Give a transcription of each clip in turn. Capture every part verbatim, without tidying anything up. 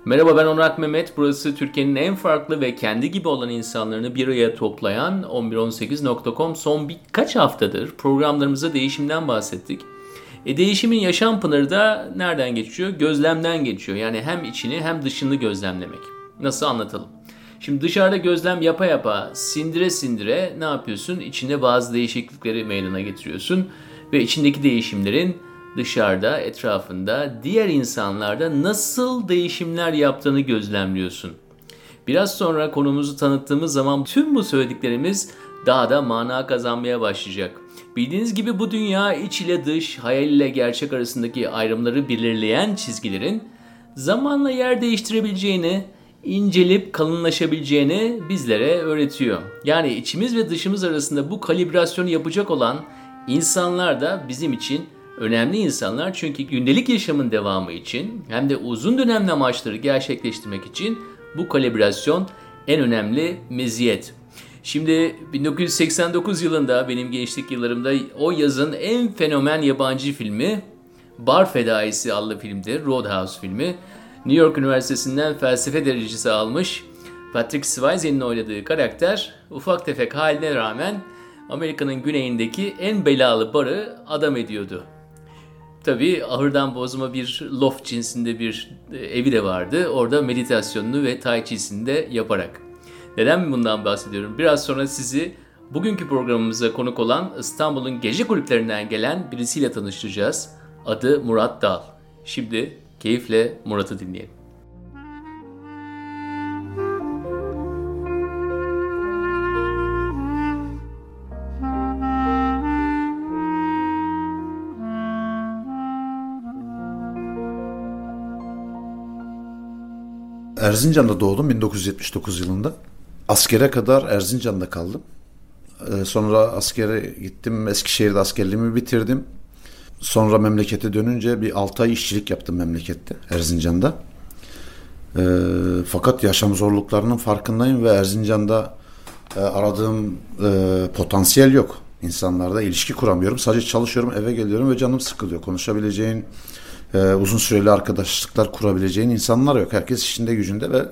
Merhaba, ben Onur Mehmet. Burası Türkiye'nin en farklı ve kendi gibi olan insanlarını bir araya toplayan on bir on sekiz nokta com. Son birkaç haftadır programlarımızda değişimden bahsettik. E, değişimin yaşam pınarı da nereden geçiyor? Gözlemden geçiyor. Yani hem içini hem dışını gözlemlemek. Nasıl anlatalım? Şimdi dışarıda gözlem yapa yapa, sindire sindire ne yapıyorsun? İçinde bazı değişiklikleri meydana getiriyorsun. Ve içindeki değişimlerin dışarıda, etrafında, diğer insanlarda nasıl değişimler yaptığını gözlemliyorsun. Biraz sonra konumuzu tanıttığımız zaman tüm bu söylediklerimiz daha da mana kazanmaya başlayacak. Bildiğiniz gibi bu dünya iç ile dış, hayal ile gerçek arasındaki ayrımları belirleyen çizgilerin zamanla yer değiştirebileceğini, incelip kalınlaşabileceğini bizlere öğretiyor. Yani içimiz ve dışımız arasında bu kalibrasyonu yapacak olan insanlar da bizim için önemli insanlar, çünkü gündelik yaşamın devamı için hem de uzun dönemli amaçları gerçekleştirmek için bu kalibrasyon en önemli meziyet. Şimdi bin dokuz yüz seksen dokuz yılında benim gençlik yıllarımda o yazın en fenomen yabancı filmi Bar Fedaisi adlı filmdi. Roadhouse filmi. New York Üniversitesi'nden felsefe derecesi almış Patrick Swayze'nin oynadığı karakter ufak tefek haline rağmen Amerika'nın güneyindeki en belalı barı adam ediyordu. Tabii ahırdan bozma bir loft cinsinde bir evi de vardı. Orada meditasyonunu ve tai chi'sini de yaparak. Neden bundan bahsediyorum? Biraz sonra sizi bugünkü programımıza konuk olan İstanbul'un gece kulüplerinden gelen birisiyle tanıştıracağız. Adı Murat Dal. Şimdi keyifle Murat'ı dinleyelim. Erzincan'da doğdum bin dokuz yüz yetmiş dokuz yılında. Askere kadar Erzincan'da kaldım. Ee, sonra askere gittim. Eskişehir'de askerliğimi bitirdim. Sonra memlekete dönünce bir altı ay işçilik yaptım memlekette, Erzincan'da. Ee, fakat yaşam zorluklarının farkındayım ve Erzincan'da e, aradığım e, potansiyel yok. İnsanlarda ilişki kuramıyorum. Sadece çalışıyorum, eve geliyorum ve canım sıkılıyor. Konuşabileceğin, e, uzun süreli arkadaşlıklar kurabileceğin insanlar yok. Herkes işinde gücünde ve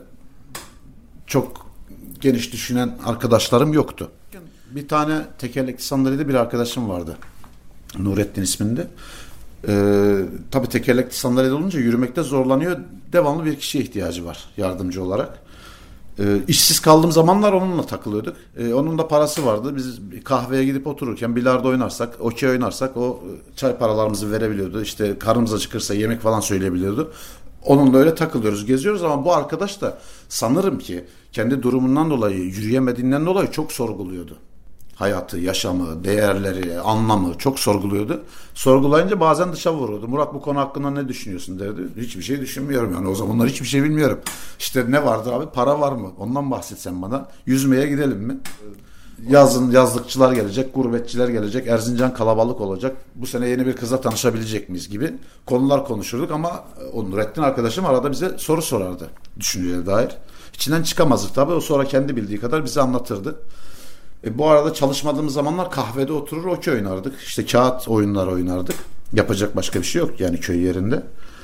çok geniş düşünen arkadaşlarım yoktu. Bir tane tekerlekli sandalyede bir arkadaşım vardı. Nurettin isminde. Ee, tabii tekerlekli sandalyede olunca yürümekte zorlanıyor. Devamlı bir kişiye ihtiyacı var yardımcı olarak. Ee, işsiz kaldığım zamanlar onunla takılıyorduk. Ee, onun da parası vardı. Biz kahveye gidip otururken bilardo oynarsak, okey oynarsak o çay paralarımızı verebiliyordu. İşte karnımız acıkırsa yemek falan söyleyebiliyordu. Onunla öyle takılıyoruz, geziyoruz ama bu arkadaş da sanırım ki kendi durumundan dolayı, yürüyemediğinden dolayı çok sorguluyordu. Hayatı, yaşamı, değerleri, anlamı çok sorguluyordu. Sorgulayınca bazen dışa vuruyordu. Murat, bu konu hakkında ne düşünüyorsun derdi. Hiçbir şey düşünmüyorum yani. O zamanlar hiçbir şey bilmiyorum. İşte ne vardır abi? Para var mı? Ondan bahsetsen bana. Yüzmeye gidelim mi? Yazın yazlıkçılar gelecek, gurbetçiler gelecek, Erzincan kalabalık olacak. Bu sene yeni bir kızla tanışabilecek miyiz gibi konular konuşurduk ama o Nurettin arkadaşım arada bize soru sorardı düşünceye dair. İçinden çıkamazdık tabii. O sonra kendi bildiği kadar bize anlatırdı. E, bu arada çalışmadığımız zamanlar kahvede oturur okey oynardık. İşte kağıt oyunlar oynardık. Yapacak başka bir şey yok yani köy yerinde.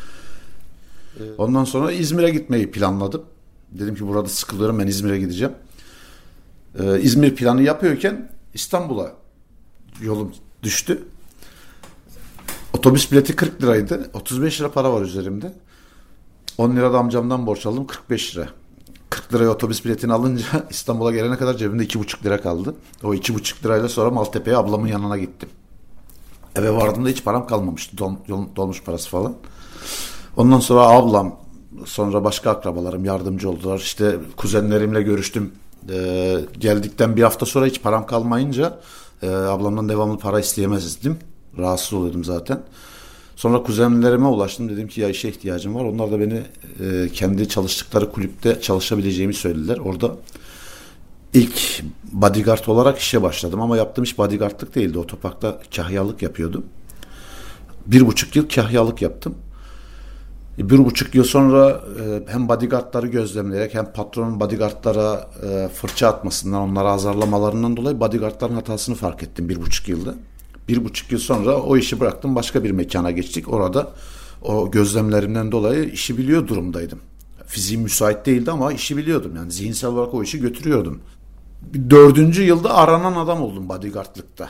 E, ondan sonra İzmir'e gitmeyi planladım. Dedim ki burada sıkılıyorum, ben İzmir'e gideceğim. E, İzmir planı yapıyorken İstanbul'a yolum düştü. Otobüs bileti kırk liraydı. otuz beş lira para var üzerimde. on lira da amcamdan borç aldım, kırk beş lira. kırk liraya otobüs biletini alınca İstanbul'a gelene kadar cebimde iki buçuk lira kaldı. O iki buçuk lirayla sonra Maltepe'ye ablamın yanına gittim. Eve vardığımda hiç param kalmamıştı. Dol, dolmuş parası falan. Ondan sonra ablam, sonra başka akrabalarım yardımcı oldular. İşte kuzenlerimle görüştüm. Ee, geldikten bir hafta sonra hiç param kalmayınca e, ablamdan devamlı para isteyemezdim. Rahatsız oluyordum zaten. Sonra kuzenlerime ulaştım. Dedim ki ya işe ihtiyacım var. Onlar da beni e, kendi çalıştıkları kulüpte çalışabileceğimi söylediler. Orada ilk bodyguard olarak işe başladım. Ama yaptığım iş bodyguardlık değildi. Otoparkta kahyalık yapıyordum. Bir buçuk yıl kahyalık yaptım. E, bir buçuk yıl sonra e, hem bodyguardları gözlemleyerek hem patronun bodyguardlara e, fırça atmasından, onları azarlamalarından dolayı bodyguardların hatasını fark ettim bir buçuk yılda. Bir buçuk yıl sonra o işi bıraktım. Başka bir mekana geçtik. Orada o gözlemlerimden dolayı işi biliyor durumdaydım. fiziğim müsait değildi ama işi biliyordum. Yani zihinsel olarak o işi götürüyordum. Dördüncü yılda aranan adam oldum bodyguardlıkta.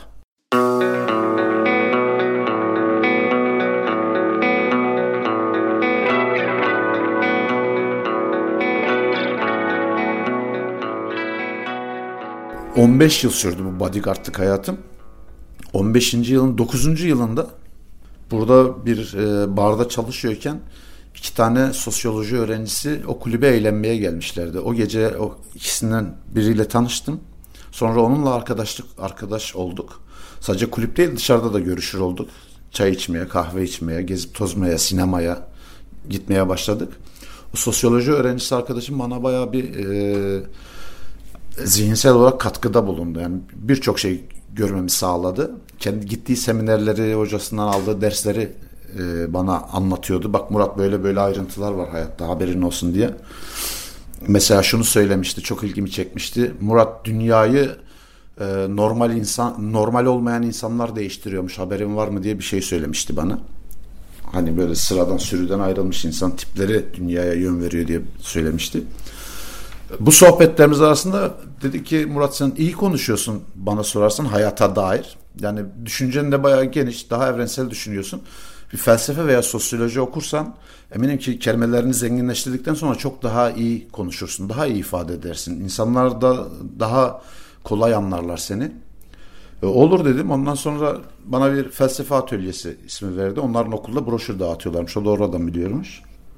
on beş yıl sürdü bu bodyguardlık hayatım. on beşinci yılın dokuzuncu yılında burada bir e, barda çalışıyorken iki tane sosyoloji öğrencisi o kulübe eğlenmeye gelmişlerdi. O gece o ikisinden biriyle tanıştım. Sonra onunla arkadaşlık arkadaş olduk. Sadece kulüp değil, dışarıda da görüşür olduk. Çay içmeye, kahve içmeye, gezip tozmaya, sinemaya gitmeye başladık. O sosyoloji öğrencisi arkadaşım bana bayağı bir e, zihinsel olarak katkıda bulundu. Yani birçok şey görmemi sağladı. Kendi gittiği seminerleri, hocasından aldığı dersleri e, bana anlatıyordu. Bak Murat, böyle böyle ayrıntılar var hayatta, haberin olsun diye. Mesela şunu söylemişti, çok ilgimi çekmişti. Murat, dünyayı e, normal insan, normal olmayan insanlar değiştiriyormuş, haberin var mı diye bir şey söylemişti bana. Hani böyle sıradan, sürüden ayrılmış insan tipleri dünyaya yön veriyor diye söylemişti. Bu sohbetlerimiz arasında dedi ki, Murat sen iyi konuşuyorsun bana sorarsan hayata dair. Yani düşüncen de bayağı geniş, daha evrensel düşünüyorsun. Bir felsefe veya sosyoloji okursan eminim ki kelimelerini zenginleştirdikten sonra çok daha iyi konuşursun, daha iyi ifade edersin. İnsanlar da daha kolay anlarlar seni. E, olur dedim. Ondan sonra bana bir felsefe atölyesi ismi verdi. Onların okulda broşür dağıtıyorlarmış. O da oradan biliyormuş.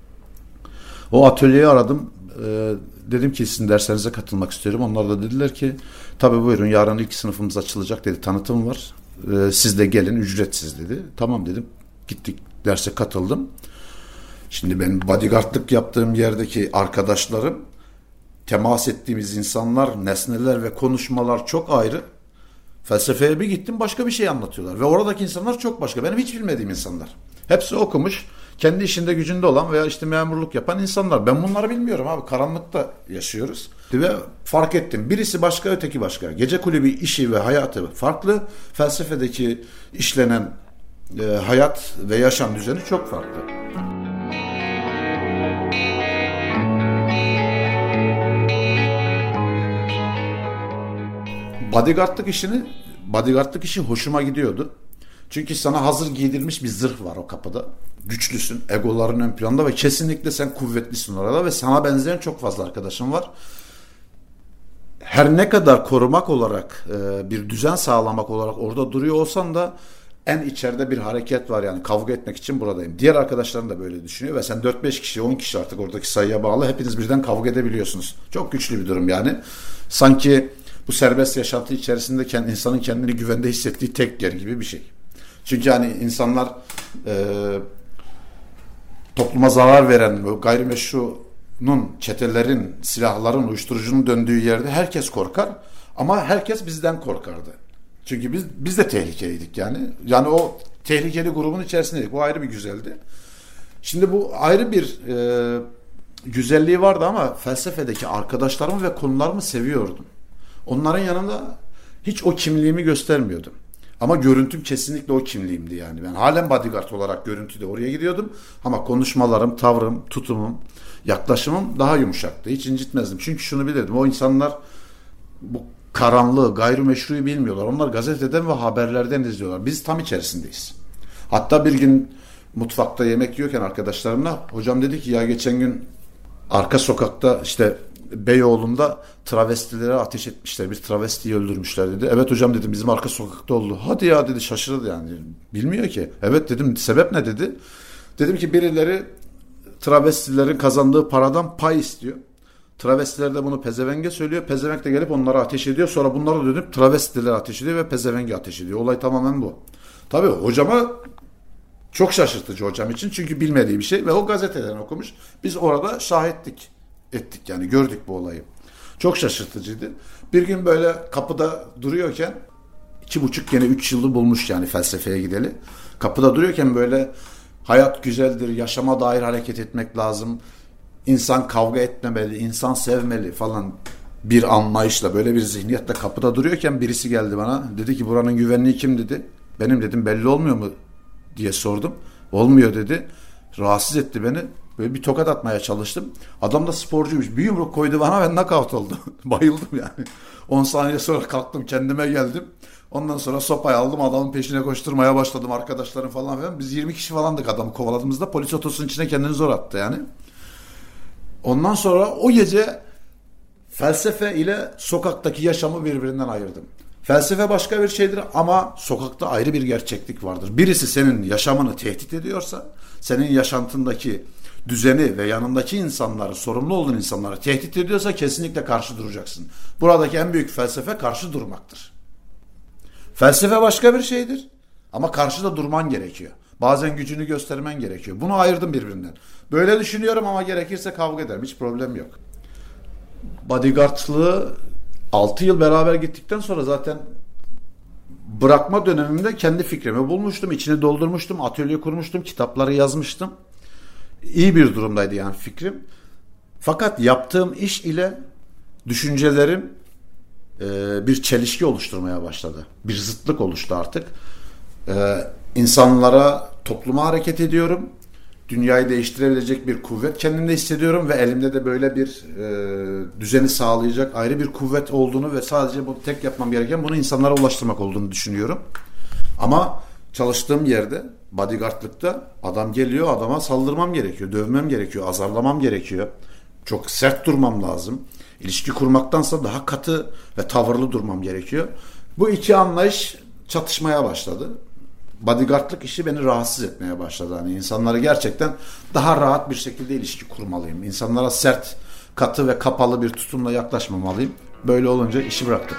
O atölyeyi aradım. E, dedim ki sizin derslerinize katılmak istiyorum. Onlar da dediler ki tabii buyurun, yarın ilk sınıfımız açılacak dedi. Tanıtım var. E, siz de gelin, ücretsiz dedi. Tamam dedim. Gittik, derse katıldım. Şimdi benim bodyguardlık yaptığım yerdeki arkadaşlarım, temas ettiğimiz insanlar, nesneler ve konuşmalar çok ayrı. Felsefeye bir gittim, başka bir şey anlatıyorlar. Ve oradaki insanlar çok başka. Benim hiç bilmediğim insanlar. Hepsi okumuş, kendi işinde gücünde olan veya işte memurluk yapan insanlar. Ben bunları bilmiyorum abi. Karanlıkta yaşıyoruz. Ve fark ettim. Birisi başka, öteki başka. Gece kulübü işi ve hayatı farklı. Felsefedeki işlenen e, hayat ve yaşam düzeni çok farklı. Bodyguardlık işini, bodyguardlık işi hoşuma gidiyordu. Çünkü sana hazır giydirilmiş bir zırh var o kapıda. Güçlüsün, egoların ön planda ve kesinlikle sen kuvvetlisin orada ve sana benzeyen çok fazla arkadaşın var. Her ne kadar korumak olarak, bir düzen sağlamak olarak orada duruyor olsan da en içeride bir hareket var, yani kavga etmek için buradayım. Diğer arkadaşların da böyle düşünüyor ve sen dört beş kişi, on kişi artık oradaki sayıya bağlı, hepiniz birden kavga edebiliyorsunuz. Çok güçlü bir durum yani. Sanki bu serbest yaşantı içerisinde insanın kendini güvende hissettiği tek yer gibi bir şey. Çünkü hani insanlar e, topluma zarar veren gayrimeşrunun, çetelerin, silahların, uyuşturucunun döndüğü yerde herkes korkar. Ama herkes bizden korkardı. Çünkü biz biz de tehlikeliydik yani. Yani o tehlikeli grubun içerisindeydik. Bu ayrı bir güzeldi. Şimdi bu ayrı bir e, güzelliği vardı ama felsefedeki arkadaşlarımı ve konularımı seviyordum. Onların yanında hiç o kimliğimi göstermiyordum. Ama görüntüm kesinlikle o kimliğimdi yani. Ben halen bodyguard olarak görüntüde oraya gidiyordum. Ama konuşmalarım, tavrım, tutumum, yaklaşımım daha yumuşaktı. Hiç incitmezdim. Çünkü şunu bilirdim. O insanlar bu karanlığı, gayrimeşruyu bilmiyorlar. Onlar gazeteden ve haberlerden izliyorlar. Biz tam içerisindeyiz. Hatta bir gün mutfakta yemek yiyorken arkadaşlarımla hocam dedi ki ya geçen gün arka sokakta işte Beyoğlu'nda travestilere ateş etmişler. Bir travestiyi öldürmüşler dedi. Evet hocam dedim, bizim arka sokakta oldu. Hadi ya dedi, şaşırdı yani. Bilmiyor ki. Evet dedim, sebep ne dedi. Dedim ki birileri travestilerin kazandığı paradan pay istiyor. Travestiler de bunu pezevenge söylüyor. Pezevenk de gelip onlara ateş ediyor. Sonra bunlara dönüp travestiler ateş ediyor ve pezevenge ateş ediyor. Olay tamamen bu. Tabii hocama çok şaşırtıcı hocam için. Çünkü bilmediği bir şey ve o gazeteden okumuş. Biz orada şahitlik ettik yani, gördük bu olayı. Çok şaşırtıcıydı. Bir gün böyle kapıda duruyorken, iki buçuk gene üç yılı bulmuş yani felsefeye gideli. Kapıda duruyorken böyle hayat güzeldir, yaşama dair hareket etmek lazım. İnsan kavga etmemeli, insan sevmeli falan bir anlayışla, böyle bir zihniyetle kapıda duruyorken birisi geldi bana. Dedi ki buranın güvenliği kim dedi. Benim dedim, belli olmuyor mu diye sordum. Olmuyor dedi. Rahatsız etti beni. Böyle bir tokat atmaya çalıştım. Adam da sporcuymuş. Bir yumruk koydu bana, ben knockout oldum. Bayıldım yani. on saniye sonra kalktım, kendime geldim. Ondan sonra sopayı aldım, adamın peşine koşturmaya başladım, arkadaşlarım falan filan. Biz yirmi kişi falandık adamı kovaladığımızda. Polis otosunun içine kendini zor attı yani. Ondan sonra o gece felsefe ile sokaktaki yaşamı birbirinden ayırdım. Felsefe başka bir şeydir ama sokakta ayrı bir gerçeklik vardır. Birisi senin yaşamını tehdit ediyorsa, senin yaşantındaki düzeni ve yanındaki insanları, sorumlu olduğun insanları tehdit ediyorsa kesinlikle karşı duracaksın. Buradaki en büyük felsefe karşı durmaktır. Felsefe başka bir şeydir ama karşıda durman gerekiyor. Bazen gücünü göstermen gerekiyor. Bunu ayırdım birbirinden. Böyle düşünüyorum ama gerekirse kavga ederim. Hiç problem yok. Bodyguardlığı altı yıl beraber gittikten sonra zaten bırakma dönemimde kendi fikrimi bulmuştum. İçini doldurmuştum. Atölye kurmuştum. Kitapları yazmıştım. İyi bir durumdaydı yani fikrim. Fakat yaptığım iş ile düşüncelerim e, bir çelişki oluşturmaya başladı. Bir zıtlık oluştu artık. E, insanlara, topluma hareket ediyorum. Dünyayı değiştirebilecek bir kuvvet kendimde hissediyorum ve elimde de böyle bir e, düzeni sağlayacak ayrı bir kuvvet olduğunu ve sadece bu tek yapmam gereken bunu insanlara ulaştırmak olduğunu düşünüyorum. Ama çalıştığım yerde, bodyguardlıkta adam geliyor, adama saldırmam gerekiyor, dövmem gerekiyor, azarlamam gerekiyor. Çok sert durmam lazım. İlişki kurmaktansa daha katı ve tavırlı durmam gerekiyor. Bu iki anlayış çatışmaya başladı. Bodyguardlık işi beni rahatsız etmeye başladı. Hani insanlara gerçekten daha rahat bir şekilde ilişki kurmalıyım. İnsanlara sert, katı ve kapalı bir tutumla yaklaşmamalıyım. Böyle olunca işi bıraktım.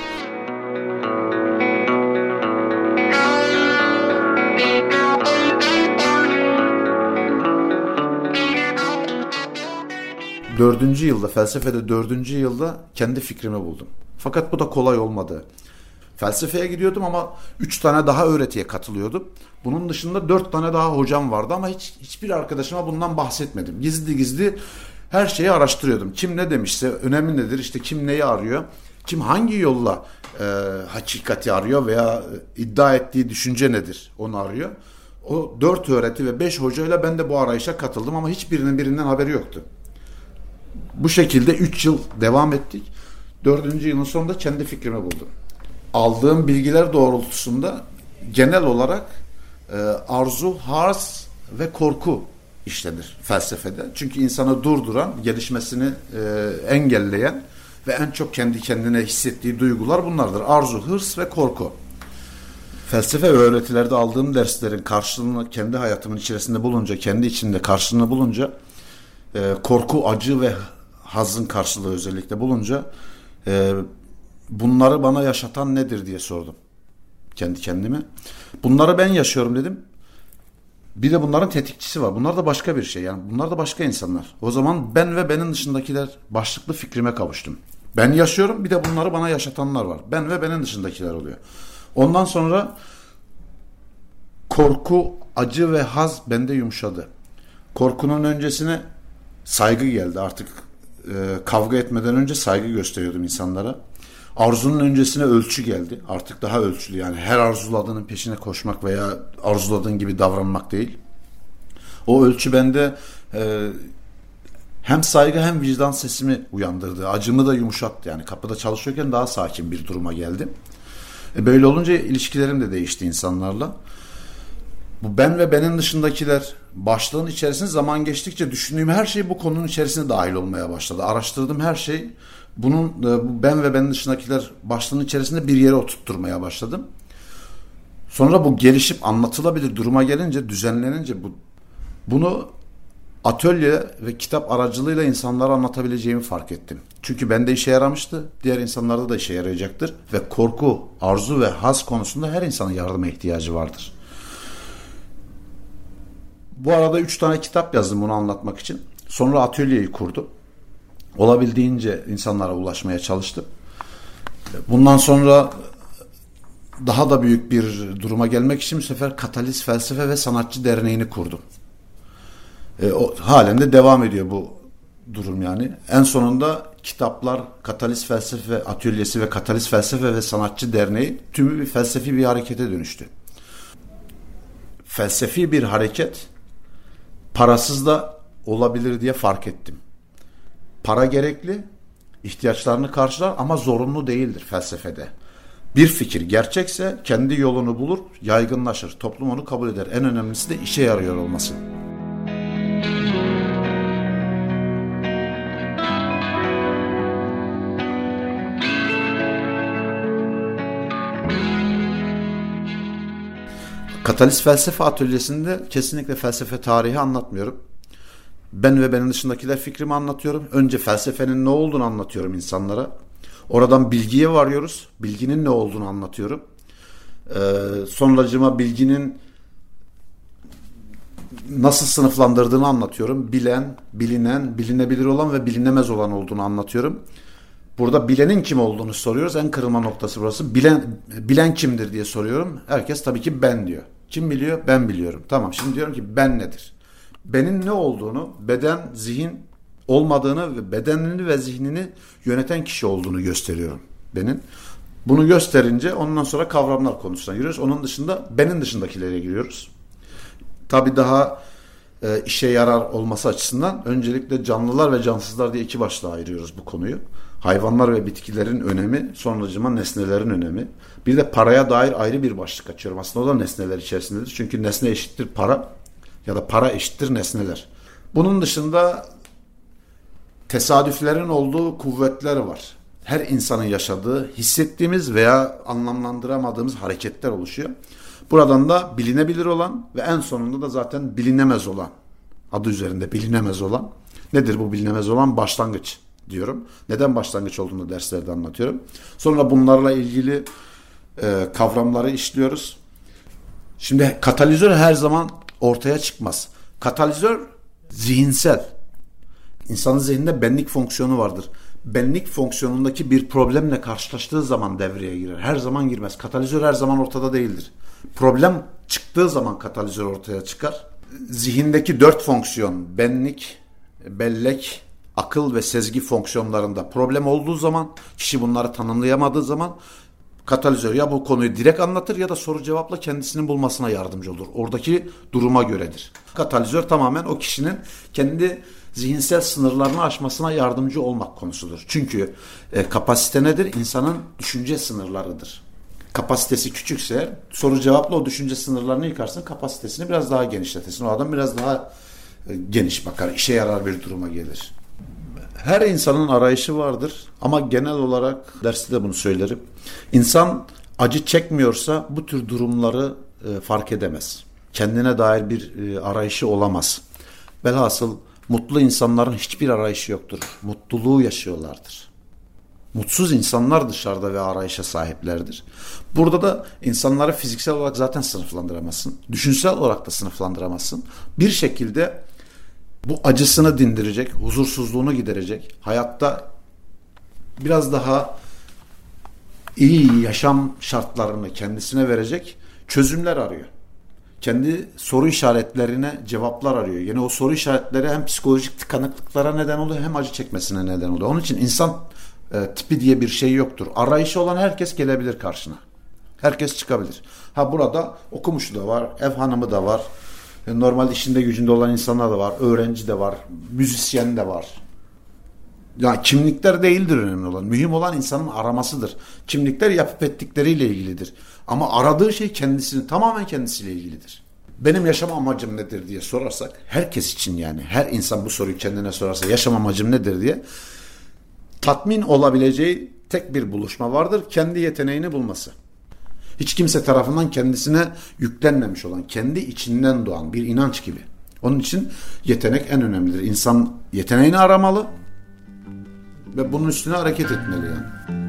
Dördüncü yılda, felsefede dördüncü yılda kendi fikrimi buldum. Fakat bu da kolay olmadı. Felsefeye gidiyordum ama üç tane daha öğretiye katılıyordum. Bunun dışında dört tane daha hocam vardı ama hiç hiçbir arkadaşıma bundan bahsetmedim. Gizli gizli her şeyi araştırıyordum. Kim ne demişse, önemi nedir, işte kim neyi arıyor, kim hangi yolla e, hakikati arıyor veya iddia ettiği düşünce nedir onu arıyor. O dört öğreti ve beş hocayla ben de bu arayışa katıldım ama hiçbirinin birinden haberi yoktu. Bu şekilde üç yıl devam ettik. Dördüncü yılın sonunda kendi fikrimi buldum. Aldığım bilgiler doğrultusunda genel olarak e, arzu, haz ve korku işlenir felsefede. Çünkü insanı durduran, gelişmesini e, engelleyen ve en çok kendi kendine hissettiği duygular bunlardır. Arzu, hırs ve korku. Felsefe ve öğretilerde aldığım derslerin karşılığını kendi hayatımın içerisinde bulunca, kendi içinde karşılığını bulunca, e, korku, acı ve hazın karşılığı özellikle bulunca e, bunları bana yaşatan nedir diye sordum kendi kendime. Bunları ben yaşıyorum dedim. Bir de bunların tetikçisi var. Bunlar da başka bir şey. Yani bunlar da başka insanlar. O zaman ben ve benim dışındakiler başlıklı fikrime kavuştum. Ben yaşıyorum, bir de bunları bana yaşatanlar var. Ben ve benim dışındakiler oluyor. Ondan sonra korku, acı ve haz bende yumuşadı. Korkunun öncesine saygı geldi. Artık e, kavga etmeden önce saygı gösteriyordum insanlara. Arzunun öncesine ölçü geldi. Artık daha ölçülü, yani her arzuladığının peşine koşmak veya arzuladığın gibi davranmak değil. O ölçü bende e, hem saygı hem vicdan sesimi uyandırdı. Acımı da yumuşattı. Yani kapıda çalışıyorken daha sakin bir duruma geldim. E, böyle olunca ilişkilerim de değişti insanlarla. Bu ben ve benim dışındakiler başlığın içerisinde zaman geçtikçe düşündüğüm her şey bu konunun içerisine dahil olmaya başladı. Araştırdığım her şey bunun bu ben ve benim dışındakiler başlığın içerisinde bir yere oturtturmaya başladım. Sonra bu gelişip anlatılabilir duruma gelince, düzenlenince bu bunu atölye ve kitap aracılığıyla insanlara anlatabileceğimi fark ettim. Çünkü bende işe yaramıştı, diğer insanlarda da işe yarayacaktır ve korku, arzu ve haz konusunda her insanın yardıma ihtiyacı vardır. Bu arada üç tane kitap yazdım bunu anlatmak için. Sonra atölyeyi kurdum. Olabildiğince insanlara ulaşmaya çalıştım. Bundan sonra daha da büyük bir duruma gelmek için bu sefer Kataliz Felsefe ve Sanatçı Derneği'ni kurdum. E, o, halen de devam ediyor bu durum yani. En sonunda kitaplar, Kataliz Felsefe Atölyesi ve Kataliz Felsefe ve Sanatçı Derneği tümü bir felsefi bir harekete dönüştü. Felsefi bir hareket, parasız da olabilir diye fark ettim. Para gerekli, ihtiyaçlarını karşılar ama zorunlu değildir felsefede. Bir fikir gerçekse kendi yolunu bulur, yaygınlaşır. Toplum onu kabul eder. En önemlisi de işe yarıyor olması. Katalist Felsefe Atölyesi'nde kesinlikle felsefe tarihi anlatmıyorum. Ben ve benim dışındakiler fikrimi anlatıyorum. Önce felsefenin ne olduğunu anlatıyorum insanlara. Oradan bilgiye varıyoruz. Bilginin ne olduğunu anlatıyorum. Ee, sonracıma bilginin nasıl sınıflandırdığını anlatıyorum. Bilen, bilinen, bilinebilir olan ve bilinemez olan olduğunu anlatıyorum. Burada bilenin kim olduğunu soruyoruz. En kırılma noktası burası. Bilen, bilen kimdir diye soruyorum. Herkes tabii ki ben diyor. Kim biliyor? Ben biliyorum. Tamam, şimdi diyorum ki ben nedir? Benin ne olduğunu, beden, zihin olmadığını ve bedenini ve zihnini yöneten kişi olduğunu gösteriyorum. Benim. Bunu gösterince ondan sonra kavramlar konusuna giriyoruz. Onun dışında benim dışındakilere giriyoruz. Tabii daha e, işe yarar olması açısından öncelikle canlılar ve cansızlar diye iki başlığa ayırıyoruz bu konuyu. Hayvanlar ve bitkilerin önemi, sonracıma nesnelerin önemi. Bir de paraya dair ayrı bir başlık açıyorum. Aslında o da nesneler içerisindedir. Çünkü nesne eşittir para ya da para eşittir nesneler. Bunun dışında tesadüflerin olduğu kuvvetler var. Her insanın yaşadığı, hissettiğimiz veya anlamlandıramadığımız hareketler oluşuyor. Buradan da bilinebilir olan ve en sonunda da zaten bilinemez olan, adı üzerinde bilinemez olan. Nedir bu bilinemez olan? Başlangıç diyorum. Neden başlangıç olduğunu derslerde anlatıyorum. Sonra bunlarla ilgili e, kavramları işliyoruz. Şimdi katalizör her zaman ortaya çıkmaz. Katalizör zihinsel. İnsanın zihninde benlik fonksiyonu vardır. Benlik fonksiyonundaki bir problemle karşılaştığı zaman devreye girer. Her zaman girmez. Katalizör her zaman ortada değildir. Problem çıktığı zaman katalizör ortaya çıkar. Zihindeki dört fonksiyon, benlik, bellek, akıl ve sezgi fonksiyonlarında problem olduğu zaman, kişi bunları tanımlayamadığı zaman katalizör ya bu konuyu direkt anlatır ya da soru cevapla kendisinin bulmasına yardımcı olur. Oradaki duruma göredir. Katalizör tamamen o kişinin kendi zihinsel sınırlarını aşmasına yardımcı olmak konusudur. Çünkü e, kapasite nedir? İnsanın düşünce sınırlarıdır. Kapasitesi küçükse soru cevapla o düşünce sınırlarını yıkarsın, kapasitesini biraz daha genişletirsin. O adam biraz daha e, geniş bakar, işe yarar bir duruma gelir. Her insanın arayışı vardır ama genel olarak derste de bunu söylerim. İnsan acı çekmiyorsa bu tür durumları e, fark edemez. Kendine dair bir e, arayışı olamaz. Velhasıl mutlu insanların hiçbir arayışı yoktur. Mutluluğu yaşıyorlardır. Mutsuz insanlar dışarıda ve arayışa sahiplerdir. Burada da insanları fiziksel olarak zaten sınıflandıramazsın. Düşünsel olarak da sınıflandıramazsın. Bir şekilde bu acısını dindirecek, huzursuzluğunu giderecek, hayatta biraz daha iyi yaşam şartlarını kendisine verecek çözümler arıyor. Kendi soru işaretlerine cevaplar arıyor. Yani o soru işaretleri hem psikolojik tıkanıklıklara neden oluyor hem acı çekmesine neden oluyor. Onun için insan e, tipi diye bir şey yoktur. Arayışı olan herkes gelebilir karşına. Herkes çıkabilir. Ha burada okumuşu da var, ev hanımı da var. Normal işinde gücünde olan insanlar da var. Öğrenci de var. Müzisyen de var. Yani kimlikler değildir önemli olan. Mühim olan insanın aramasıdır. Kimlikler yapıp ettikleriyle ilgilidir. Ama aradığı şey kendisini, tamamen kendisiyle ilgilidir. Benim yaşam amacım nedir diye sorarsak, herkes için yani her insan bu soruyu kendine sorarsa yaşam amacım nedir diye tatmin olabileceği tek bir buluşma vardır. Kendi yeteneğini bulması. Hiç kimse tarafından kendisine yüklenmemiş olan, kendi içinden doğan bir inanç gibi. Onun için yetenek en önemlidir. İnsan yeteneğini aramalı ve bunun üstüne hareket etmeli yani.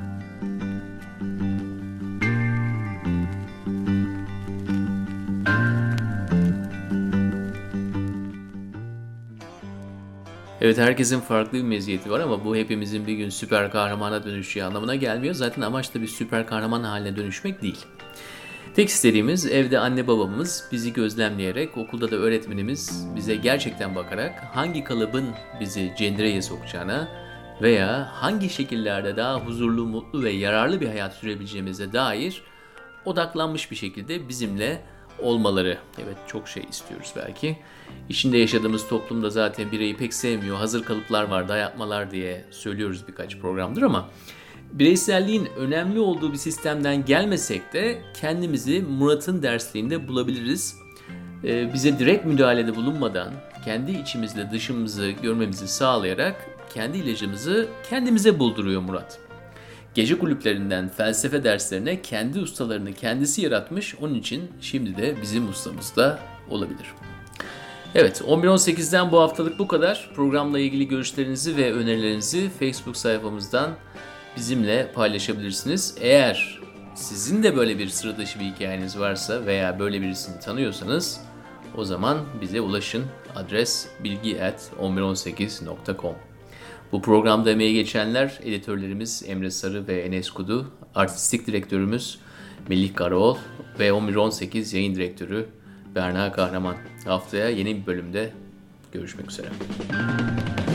Evet, herkesin farklı bir meziyeti var ama bu hepimizin bir gün süper kahramana dönüşeceği anlamına gelmiyor. Zaten amaç da bir süper kahraman haline dönüşmek değil. Tek istediğimiz evde anne babamız bizi gözlemleyerek, okulda da öğretmenimiz bize gerçekten bakarak hangi kalıbın bizi cendereye sokacağına veya hangi şekillerde daha huzurlu, mutlu ve yararlı bir hayat sürebileceğimize dair odaklanmış bir şekilde bizimle olmaları. Evet, çok şey istiyoruz belki. İçinde yaşadığımız toplumda zaten birayı pek sevmiyor. Hazır kalıplar var, dayatmalar diye söylüyoruz birkaç programdır ama bireyselliğin önemli olduğu bir sistemden gelmesek de kendimizi Murat'ın dersliğinde bulabiliriz. Ee, bize direkt müdahalede bulunmadan kendi içimizle dışımızı görmemizi sağlayarak kendi ilacımızı kendimize bulduruyor Murat. Gece kulüplerinden felsefe derslerine kendi ustalarını kendisi yaratmış. Onun için şimdi de bizim ustamız da olabilir. Evet, on bir on sekizden bu haftalık bu kadar. Programla ilgili görüşlerinizi ve önerilerinizi Facebook sayfamızdan bizimle paylaşabilirsiniz. Eğer sizin de böyle bir sıra dışı bir hikayeniz varsa veya böyle birisini tanıyorsanız o zaman bize ulaşın. Adres bilgi at on bir on sekiz nokta com. Bu programda emeği geçenler editörlerimiz Emre Sarı ve Enes Kudu, artistik direktörümüz Melih Karaoğlu ve on bir on sekiz yayın direktörü Berna Kahraman. Haftaya yeni bir bölümde görüşmek üzere.